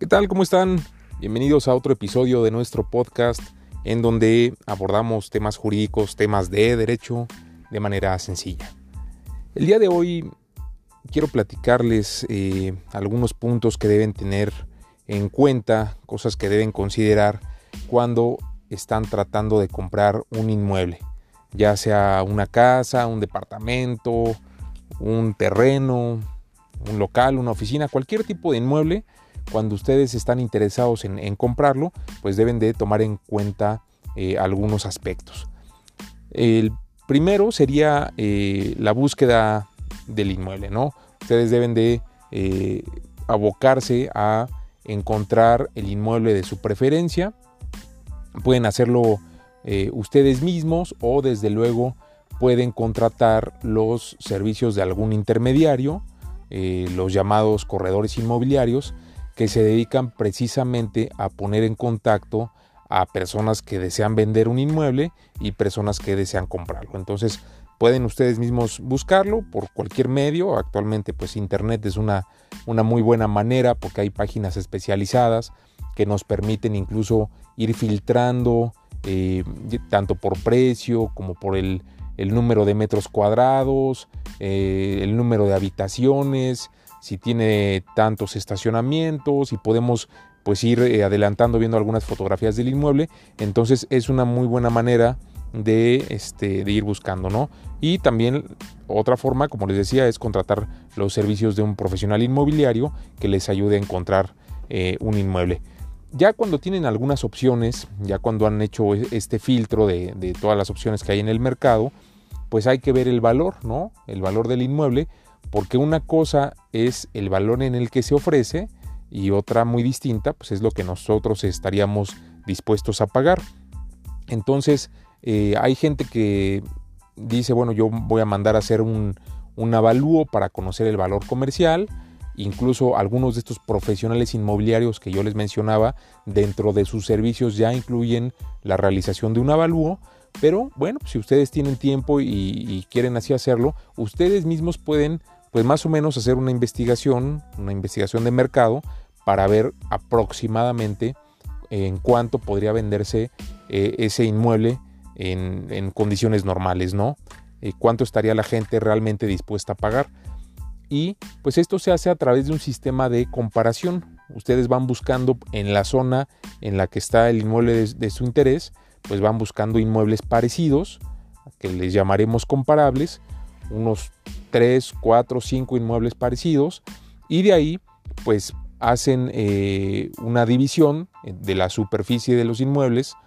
¿Qué tal? ¿Cómo están? Bienvenidos a otro episodio de nuestro podcast en donde abordamos temas jurídicos, temas de derecho de manera sencilla. El día de hoy quiero platicarles algunos puntos que deben tener en cuenta, cosas que deben considerar cuando están tratando de comprar un inmueble, ya sea una casa, un departamento, un terreno, un local, una oficina, cualquier tipo de inmueble. Cuando ustedes están interesados en comprarlo, pues deben de tomar en cuenta algunos aspectos. El primero sería la búsqueda del inmueble, ¿no? Ustedes deben de abocarse a encontrar el inmueble de su preferencia. Pueden hacerlo ustedes mismos o desde luego pueden contratar los servicios de algún intermediario, los llamados corredores inmobiliarios, que se dedican precisamente a poner en contacto a personas que desean vender un inmueble y personas que desean comprarlo. Entonces pueden ustedes mismos buscarlo por cualquier medio. Actualmente pues internet es una muy buena manera porque hay páginas especializadas que nos permiten incluso ir filtrando tanto por precio como por el número de metros cuadrados, el número de habitaciones, si tiene tantos estacionamientos, y podemos pues ir adelantando viendo algunas fotografías del inmueble. Entonces es una muy buena manera de ir buscando, ¿no? Y también otra forma, como les decía, es contratar los servicios de un profesional inmobiliario que les ayude a encontrar un inmueble. Ya cuando tienen algunas opciones, ya cuando han hecho este filtro de todas las opciones que hay en el mercado, pues hay que ver el valor, ¿no? El valor del inmueble, porque una cosa es el valor en el que se ofrece y otra muy distinta pues es lo que nosotros estaríamos dispuestos a pagar. Entonces hay gente que dice, bueno, yo voy a mandar a hacer un avalúo para conocer el valor comercial. Incluso algunos de estos profesionales inmobiliarios que yo les mencionaba, dentro de sus servicios ya incluyen la realización de un avalúo. Pero bueno, si ustedes tienen tiempo y quieren así hacerlo, ustedes mismos pueden pues más o menos hacer una investigación de mercado para ver aproximadamente en cuánto podría venderse ese inmueble en condiciones normales, ¿no? Cuánto estaría la gente realmente dispuesta a pagar. Y pues esto se hace a través de un sistema de comparación. Ustedes van buscando en la zona en la que está el inmueble de su interés, pues van buscando inmuebles parecidos, que les llamaremos comparables, unos 3, 4, 5 inmuebles parecidos, y de ahí pues hacen una división de la superficie de los inmuebles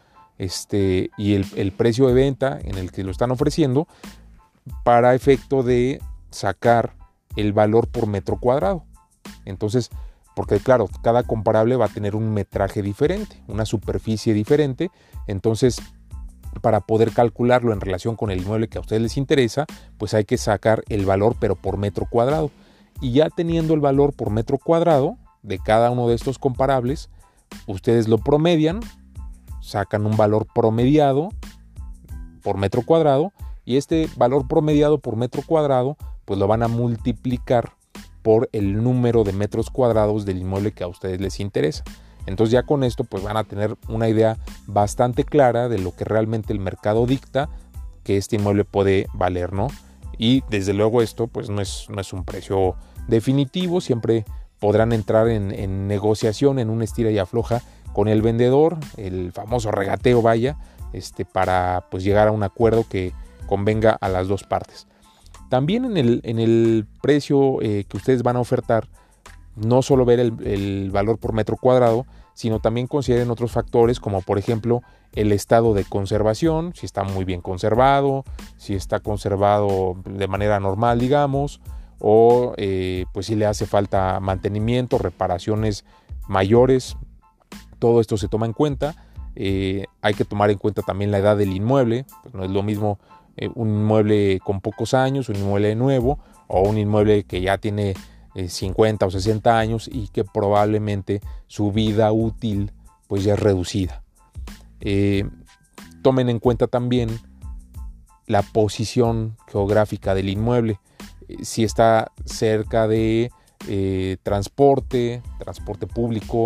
y el precio de venta en el que lo están ofreciendo, para efecto de sacar el valor por metro cuadrado. Entonces, porque claro, cada comparable va a tener un metraje diferente, una superficie diferente. Entonces, para poder calcularlo en relación con el inmueble que a ustedes les interesa, pues hay que sacar el valor pero por metro cuadrado. Y ya teniendo el valor por metro cuadrado de cada uno de estos comparables, ustedes lo promedian, sacan un valor promediado por metro cuadrado, y este valor promediado por metro cuadrado pues lo van a multiplicar por el número de metros cuadrados del inmueble que a ustedes les interesa. Entonces ya con esto pues van a tener una idea bastante clara de lo que realmente el mercado dicta que este inmueble puede valer, ¿no? Y desde luego esto pues no es un precio definitivo. Siempre podrán entrar en negociación, en un estira y afloja con el vendedor, el famoso regateo vaya, para pues llegar a un acuerdo que convenga a las dos partes. También en el precio que ustedes van a ofertar, no solo ver el valor por metro cuadrado, sino también consideren otros factores, como por ejemplo el estado de conservación, si está muy bien conservado, si está conservado de manera normal, digamos, o pues si le hace falta mantenimiento, reparaciones mayores. Todo esto se toma en cuenta. Hay que tomar en cuenta también la edad del inmueble. Pues no es lo mismo un inmueble con pocos años, un inmueble nuevo, o un inmueble que ya tiene 50 o 60 años y que probablemente su vida útil pues ya es reducida. Tomen en cuenta también la posición geográfica del inmueble, si está cerca de transporte público,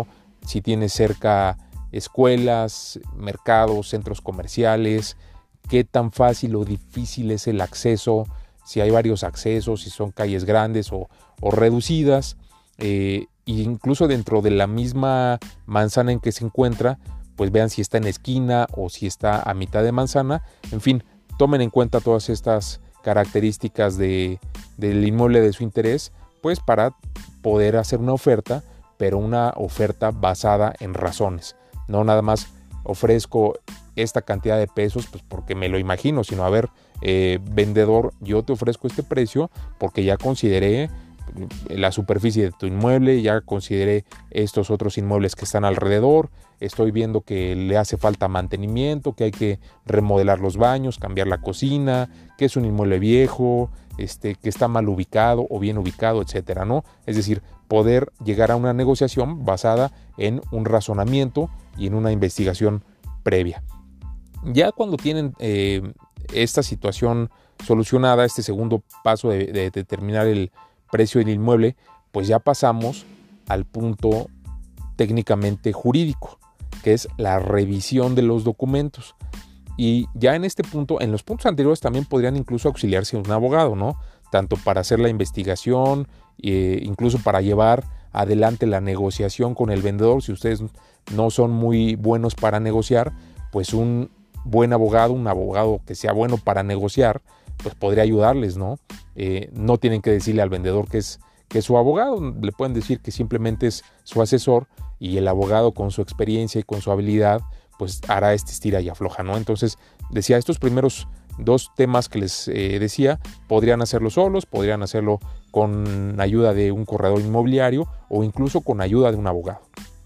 si tiene cerca escuelas, mercados, centros comerciales, qué tan fácil o difícil es el acceso, si hay varios accesos, si son calles grandes o reducidas, e incluso dentro de la misma manzana en que se encuentra, pues vean si está en esquina o si está a mitad de manzana. En fin, tomen en cuenta todas estas características del inmueble de su interés, pues para poder hacer una oferta, pero una oferta basada en razones. No nada más ofrezco esta cantidad de pesos pues porque me lo imagino, sino a ver, vendedor, yo te ofrezco este precio porque ya consideré la superficie de tu inmueble, ya consideré estos otros inmuebles que están alrededor, estoy viendo que le hace falta mantenimiento, que hay que remodelar los baños, cambiar la cocina, que es un inmueble viejo, que está mal ubicado o bien ubicado, etcétera, ¿no? Es decir, poder llegar a una negociación basada en un razonamiento y en una investigación previa. Ya cuando tienen esta situación solucionada, este segundo paso de determinar el precio del inmueble, pues ya pasamos al punto técnicamente jurídico, que es la revisión de los documentos. Y ya en este punto, en los puntos anteriores también podrían incluso auxiliarse un abogado, ¿no? Tanto para hacer la investigación, incluso para llevar adelante la negociación con el vendedor. Si ustedes no son muy buenos para negociar, pues un buen abogado, un abogado que sea bueno para negociar, pues podría ayudarles, ¿no? No tienen que decirle al vendedor que es su abogado, le pueden decir que simplemente es su asesor, y el abogado con su experiencia y con su habilidad pues hará estira y afloja, ¿no? Entonces decía, estos primeros dos temas que les decía, podrían hacerlo solos, podrían hacerlo con ayuda de un corredor inmobiliario o incluso con ayuda de un abogado.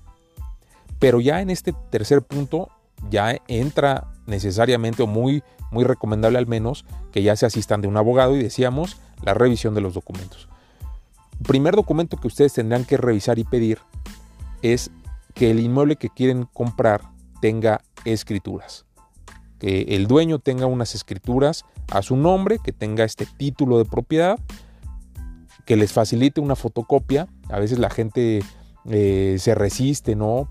Pero ya en este tercer punto ya entra necesariamente, o muy recomendable al menos, que ya se asistan de un abogado, y decíamos la revisión de los documentos. El primer documento que ustedes tendrán que revisar y pedir es que el inmueble que quieren comprar tenga escrituras, que el dueño tenga unas escrituras a su nombre, que tenga este título de propiedad, que les facilite una fotocopia. A veces la gente se resiste, ¿no?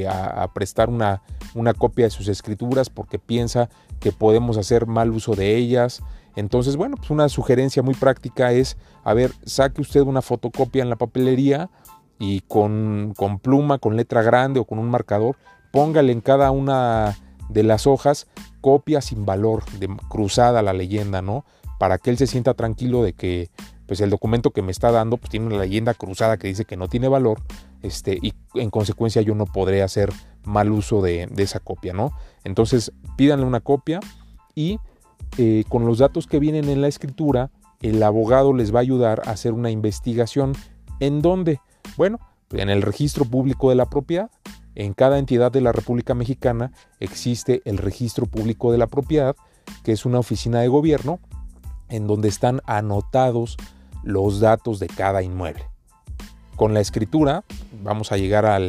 A prestar una copia de sus escrituras porque piensa que podemos hacer mal uso de ellas. Entonces, bueno, pues una sugerencia muy práctica es, a ver, saque usted una fotocopia en la papelería y con pluma, con letra grande o con un marcador, póngale en cada una de las hojas copia sin valor, cruzada la leyenda, ¿no? Para que él se sienta tranquilo de que pues el documento que me está dando pues tiene una leyenda cruzada que dice que no tiene valor, y en consecuencia yo no podré hacer mal uso de esa copia, ¿no? Entonces pídanle una copia y con los datos que vienen en la escritura, el abogado les va a ayudar a hacer una investigación. ¿En dónde? Bueno, en el registro público de la propiedad. En cada entidad de la República Mexicana existe el registro público de la propiedad, que es una oficina de gobierno en donde están anotados los datos de cada inmueble. Con la escritura vamos a llegar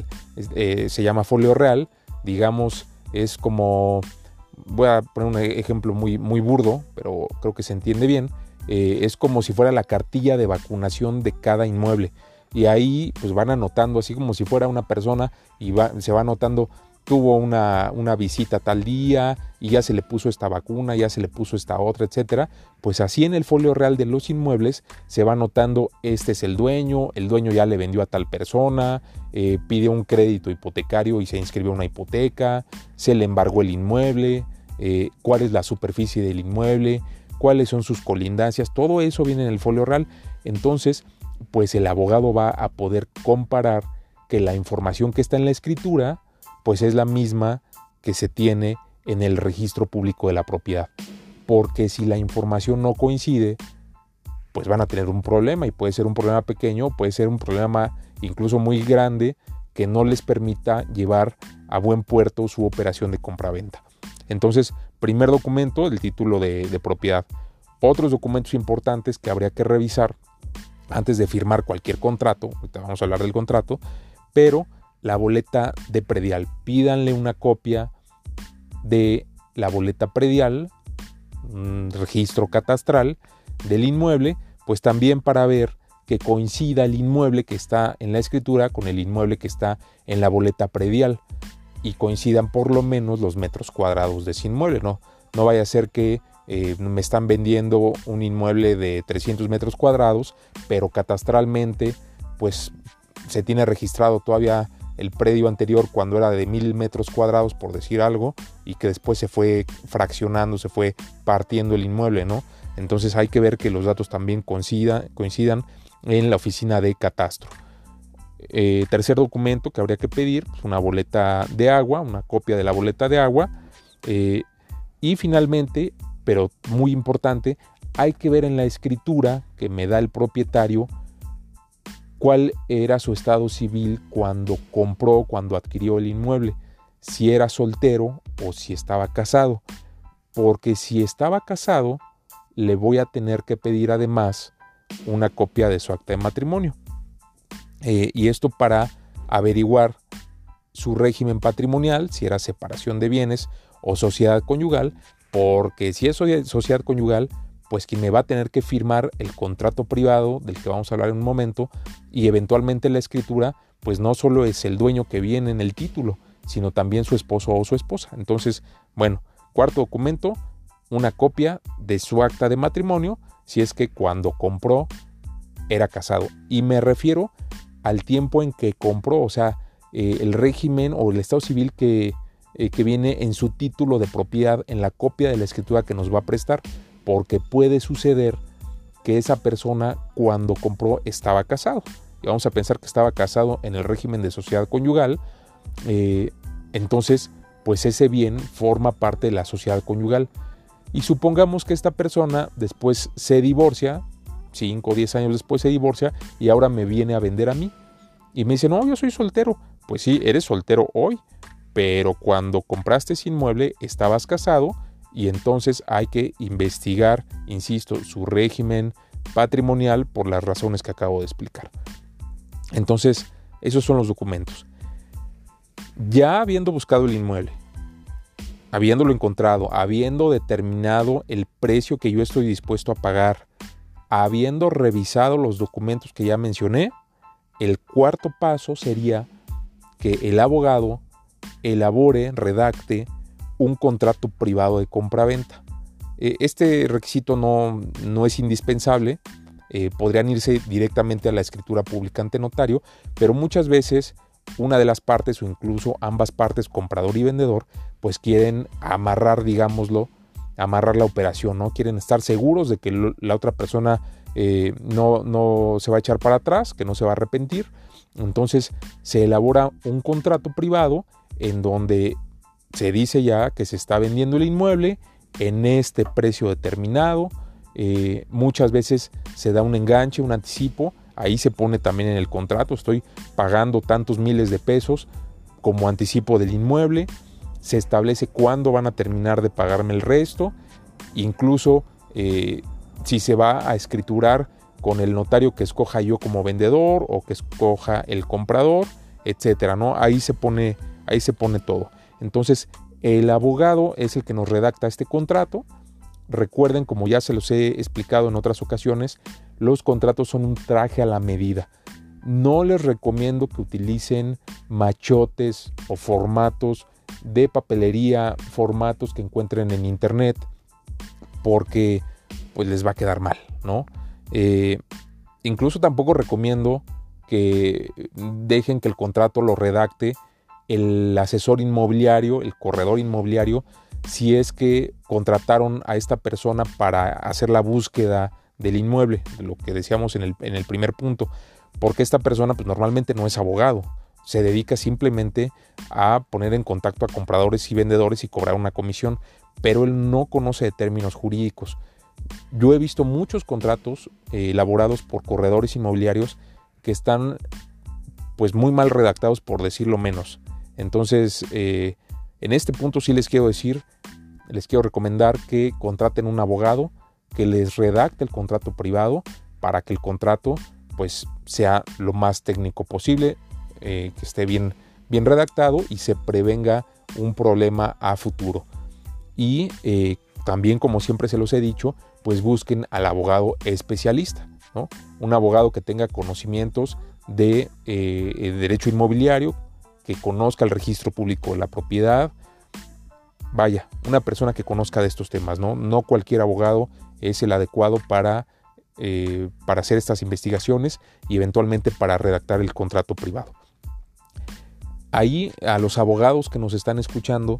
se llama folio real, digamos, es como, voy a poner un ejemplo muy burdo, pero creo que se entiende bien, es como si fuera la cartilla de vacunación de cada inmueble. Y ahí pues van anotando, así como si fuera una persona, y se va anotando, tuvo una visita tal día y ya se le puso esta vacuna, ya se le puso esta otra, etcétera. Pues así en el folio real de los inmuebles se va anotando, este es el dueño ya le vendió a tal persona, pidió un crédito hipotecario y se inscribió una hipoteca, se le embargó el inmueble, cuál es la superficie del inmueble, cuáles son sus colindancias, todo eso viene en el folio real. Entonces pues el abogado va a poder comparar que la información que está en la escritura pues es la misma que se tiene en el registro público de la propiedad, porque si la información no coincide, pues van a tener un problema, y puede ser un problema pequeño, puede ser un problema incluso muy grande que no les permita llevar a buen puerto su operación de compraventa. Entonces, primer documento, el título de propiedad. Otros documentos importantes que habría que revisar antes de firmar cualquier contrato, ahorita vamos a hablar del contrato, pero la boleta de predial. Pídanle una copia de la boleta predial, un registro catastral del inmueble, pues también para ver que coincida el inmueble que está en la escritura con el inmueble que está en la boleta predial y coincidan por lo menos los metros cuadrados de ese inmueble. No vaya a ser que me están vendiendo un inmueble de 300 metros cuadrados, pero catastralmente pues se tiene registrado todavía el predio anterior cuando era de 1000 metros cuadrados, por decir algo, y que después se fue fraccionando, se fue partiendo el inmueble, ¿no? Entonces hay que ver que los datos también coincidan en la oficina de catastro. Tercer documento que habría que pedir, pues una boleta de agua, una copia de la boleta de agua. Y finalmente, pero muy importante, hay que ver en la escritura que me da el propietario cuál era su estado civil cuando compró, cuando adquirió el inmueble, si era soltero o si estaba casado, porque si estaba casado le voy a tener que pedir además una copia de su acta de matrimonio, y esto para averiguar su régimen patrimonial, si era separación de bienes o sociedad conyugal, porque si es sociedad conyugal, pues quien me va a tener que firmar el contrato privado del que vamos a hablar en un momento, y eventualmente la escritura, pues no solo es el dueño que viene en el título, sino también su esposo o su esposa. Entonces, bueno, cuarto documento, una copia de su acta de matrimonio, si es que cuando compró era casado. Y me refiero al tiempo en que compró, o sea, el régimen o el estado civil que viene en su título de propiedad, en la copia de la escritura que nos va a prestar, porque puede suceder que esa persona cuando compró estaba casado. Y vamos a pensar que estaba casado en el régimen de sociedad conyugal, entonces pues ese bien forma parte de la sociedad conyugal. Y supongamos que esta persona después se divorcia, 5 o 10 años después se divorcia y ahora me viene a vender a mí. Y me dice, no, yo soy soltero. Pues sí, eres soltero hoy, pero cuando compraste ese inmueble estabas casado, y entonces hay que investigar, insisto, su régimen patrimonial por las razones que acabo de explicar. Entonces, esos son los documentos. Ya habiendo buscado el inmueble, habiéndolo encontrado, habiendo determinado el precio que yo estoy dispuesto a pagar, habiendo revisado los documentos que ya mencioné, el cuarto paso sería que el abogado elabore, redacte un contrato privado de compraventa. Este requisito no es indispensable, podrían irse directamente a la escritura pública ante notario, pero muchas veces una de las partes o incluso ambas partes, comprador y vendedor, pues quieren amarrar, digámoslo, amarrar la operación, ¿no? Quieren estar seguros de que la otra persona no se va a echar para atrás, que no se va a arrepentir. Entonces se elabora un contrato privado en donde se dice ya que se está vendiendo el inmueble en este precio determinado. Muchas veces se da un enganche, un anticipo. Ahí se pone también en el contrato, estoy pagando tantos miles de pesos como anticipo del inmueble. Se establece cuándo van a terminar de pagarme el resto. Incluso si se va a escriturar con el notario que escoja yo como vendedor o que escoja el comprador, etcétera, ¿no? Ahí se pone todo. Entonces, el abogado es el que nos redacta este contrato. Recuerden, como ya se los he explicado en otras ocasiones, los contratos son un traje a la medida. No les recomiendo que utilicen machotes o formatos de papelería, formatos que encuentren en internet, porque pues les va a quedar mal, ¿no? Incluso tampoco recomiendo que dejen que el contrato lo redacte el asesor inmobiliario, el corredor inmobiliario, si es que contrataron a esta persona para hacer la búsqueda del inmueble, de lo que decíamos en el primer punto, porque esta persona pues normalmente no es abogado, se dedica simplemente a poner en contacto a compradores y vendedores y cobrar una comisión, pero él no conoce de términos jurídicos. Yo he visto muchos contratos elaborados por corredores inmobiliarios que están pues muy mal redactados, por decirlo menos. Entonces, en este punto sí les quiero recomendar que contraten un abogado que les redacte el contrato privado para que el contrato pues sea lo más técnico posible, que esté bien redactado y se prevenga un problema a futuro. Y también, como siempre se los he dicho, pues busquen al abogado especialista, ¿no? Un abogado que tenga conocimientos de derecho inmobiliario, que conozca el registro público de la propiedad. Vaya, una persona que conozca de estos temas, ¿no? No cualquier abogado es el adecuado para hacer estas investigaciones y eventualmente para redactar el contrato privado. Ahí, a los abogados que nos están escuchando,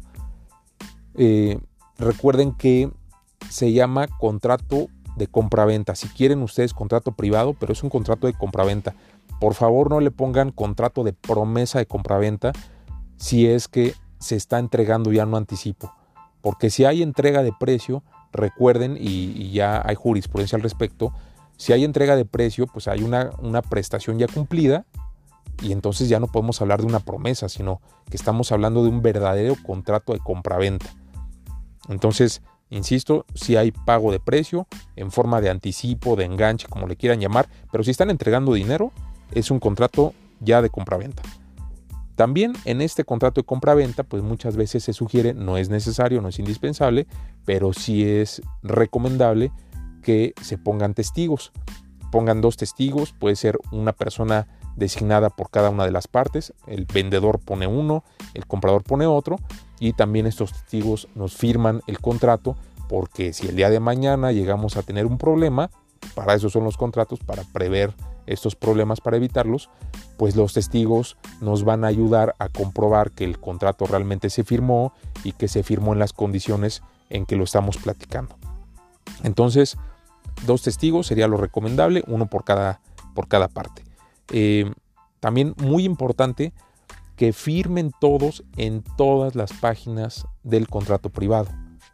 recuerden que se llama contrato de compraventa. Si quieren ustedes contrato privado, pero es un contrato de compraventa. Por favor, no le pongan contrato de promesa de compraventa si es que se está entregando ya un anticipo. Porque si hay entrega de precio, recuerden, y ya hay jurisprudencia al respecto, si hay entrega de precio, pues hay una prestación ya cumplida, y entonces ya no podemos hablar de una promesa, sino que estamos hablando de un verdadero contrato de compraventa. Entonces, insisto, si hay pago de precio en forma de anticipo, de enganche, como le quieran llamar, pero si están entregando dinero, es un contrato ya de compraventa. También en este contrato de compraventa, pues muchas veces se sugiere, no es necesario, no es indispensable, pero sí es recomendable que se pongan testigos. Pongan 2 testigos, puede ser una persona designada por cada una de las partes, el vendedor pone uno, el comprador pone otro, y también estos testigos nos firman el contrato, porque si el día de mañana llegamos a tener un problema, para eso son los contratos, para prever estos problemas, para evitarlos, pues los testigos nos van a ayudar a comprobar que el contrato realmente se firmó y que se firmó en las condiciones en que lo estamos platicando. Entonces, 2 testigos sería lo recomendable, uno por cada parte. También muy importante que firmen todos en todas las páginas del contrato privado.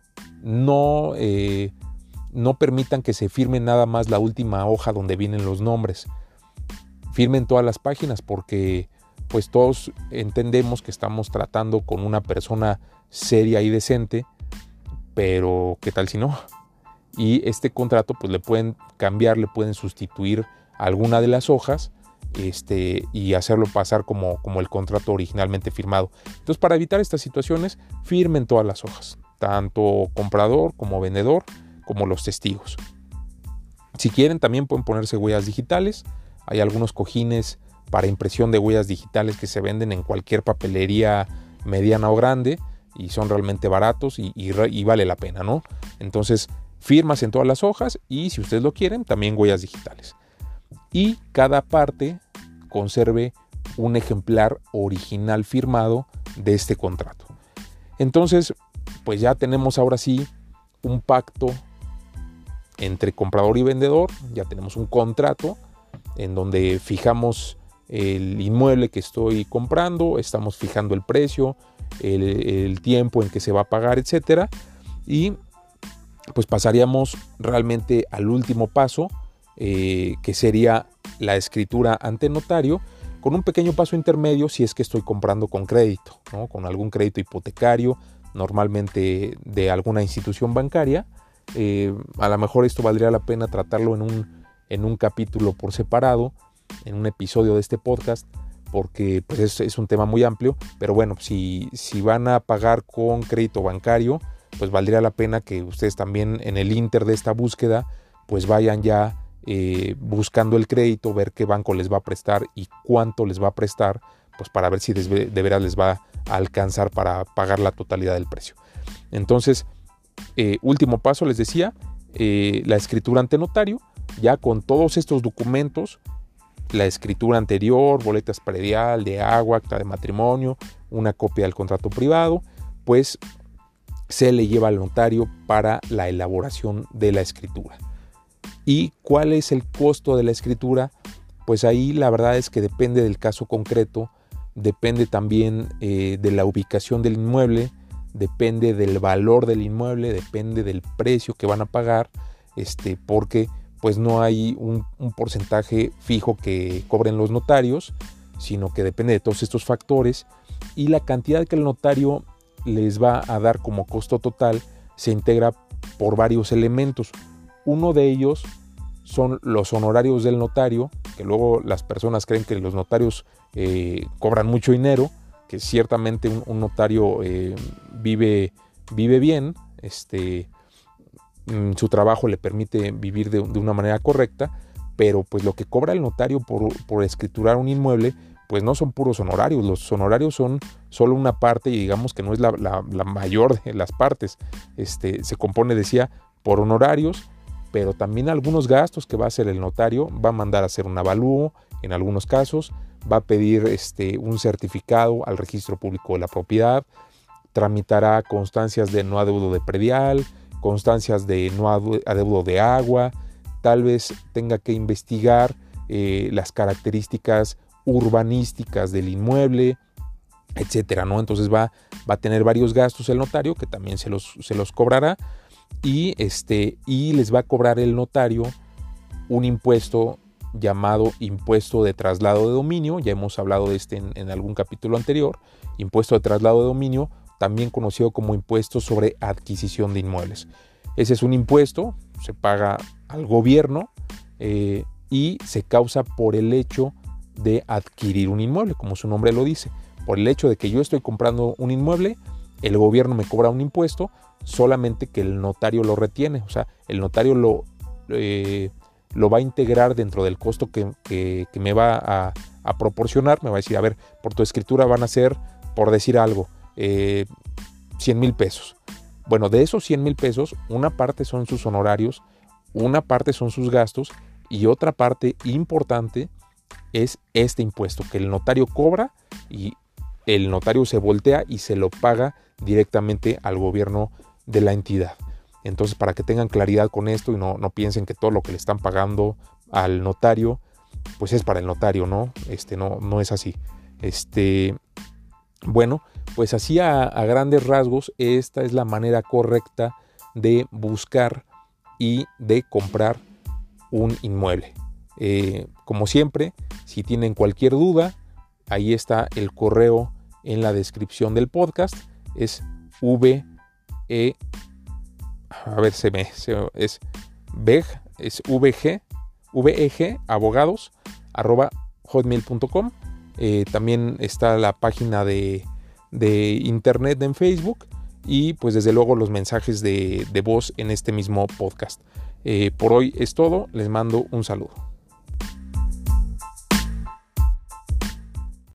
No permitan que se firme nada más la última hoja donde vienen los nombres. Firmen todas las páginas, porque pues todos entendemos que estamos tratando con una persona seria y decente, pero ¿qué tal si no? Y este contrato pues le pueden cambiar, le pueden sustituir alguna de las hojas y hacerlo pasar como el contrato originalmente firmado. Entonces, para evitar estas situaciones, firmen todas las hojas, tanto comprador como vendedor, como los testigos. Si quieren, también pueden ponerse huellas digitales. Hay algunos cojines para impresión de huellas digitales que se venden en cualquier papelería mediana o grande y son realmente baratos y vale la pena, ¿no? Entonces, firmas en todas las hojas y, si ustedes lo quieren, también huellas digitales. Y cada parte conserve un ejemplar original firmado de este contrato. Entonces, pues ya tenemos ahora sí un pacto entre comprador y vendedor, ya tenemos un contrato en donde fijamos el inmueble que estoy comprando, estamos fijando el precio, el tiempo en que se va a pagar, etcétera, y pues pasaríamos realmente al último paso, que sería la escritura ante notario, con un pequeño paso intermedio si es que estoy comprando con crédito, ¿no? Con algún crédito hipotecario, normalmente de alguna institución bancaria. A lo mejor esto valdría la pena tratarlo en un capítulo por separado, en un episodio de este podcast, porque pues es un tema muy amplio, pero bueno, si van a pagar con crédito bancario, pues valdría la pena que ustedes también en el inter de esta búsqueda pues vayan ya buscando el crédito, ver qué banco les va a prestar y cuánto les va a prestar, pues para ver si de veras les va a alcanzar para pagar la totalidad del precio. Entonces, último paso, les decía, la escritura ante notario, ya con todos estos documentos, la escritura anterior, boletas predial, de agua, acta de matrimonio, una copia del contrato privado, pues se le lleva al notario para la elaboración de la escritura. ¿Y cuál es el costo de la escritura? Pues ahí la verdad es que depende del caso concreto, depende también de la ubicación del inmueble, depende del valor del inmueble, depende del precio que van a pagar, porque pues no hay un porcentaje fijo que cobren los notarios, sino que depende de todos estos factores, y la cantidad que el notario les va a dar como costo total se integra por varios elementos. Uno de ellos son los honorarios del notario, que luego las personas creen que los notarios cobran mucho dinero, que ciertamente un notario vive bien, su trabajo le permite vivir de una manera correcta, pero pues lo que cobra el notario por escriturar un inmueble, pues no son puros honorarios. Los honorarios son solo una parte, y digamos que no es la mayor de las partes. Se compone, decía, por honorarios, pero también algunos gastos que va a hacer el notario. Va a mandar a hacer un avalúo en algunos casos, va a pedir un certificado al registro público de la propiedad, tramitará constancias de no adeudo de predial, constancias de no adeudo de agua, tal vez tenga que investigar las características urbanísticas del inmueble, etcétera, ¿no? Entonces va a tener varios gastos el notario, que también se los cobrará, y les va a cobrar el notario un impuesto llamado impuesto de traslado de dominio. Ya hemos hablado de en algún capítulo anterior. Impuesto de traslado de dominio, también conocido como impuesto sobre adquisición de inmuebles. Ese es un impuesto, se paga al gobierno y se causa por el hecho de adquirir un inmueble, como su nombre lo dice. Por el hecho de que yo estoy comprando un inmueble, el gobierno me cobra un impuesto, solamente que el notario lo retiene. O sea, el notario lo va a integrar dentro del costo que me va a proporcionar. Me va a decir, a ver, por tu escritura van a ser, por decir algo, 100,000 pesos. Bueno, de esos 100,000 pesos, una parte son sus honorarios, una parte son sus gastos, y otra parte importante es este impuesto que el notario cobra, y el notario se voltea y se lo paga directamente al gobierno de la entidad. Entonces, para que tengan claridad con esto y no piensen que todo lo que le están pagando al notario pues es para el notario, ¿no? No es así. Bueno, pues así a grandes rasgos, esta es la manera correcta de buscar y de comprar un inmueble. Como siempre, si tienen cualquier duda, ahí está el correo en la descripción del podcast. Es veg@hotmail.com. También está la página de internet en Facebook, y pues desde luego los mensajes de voz en este mismo podcast. Por hoy es todo, les mando un saludo.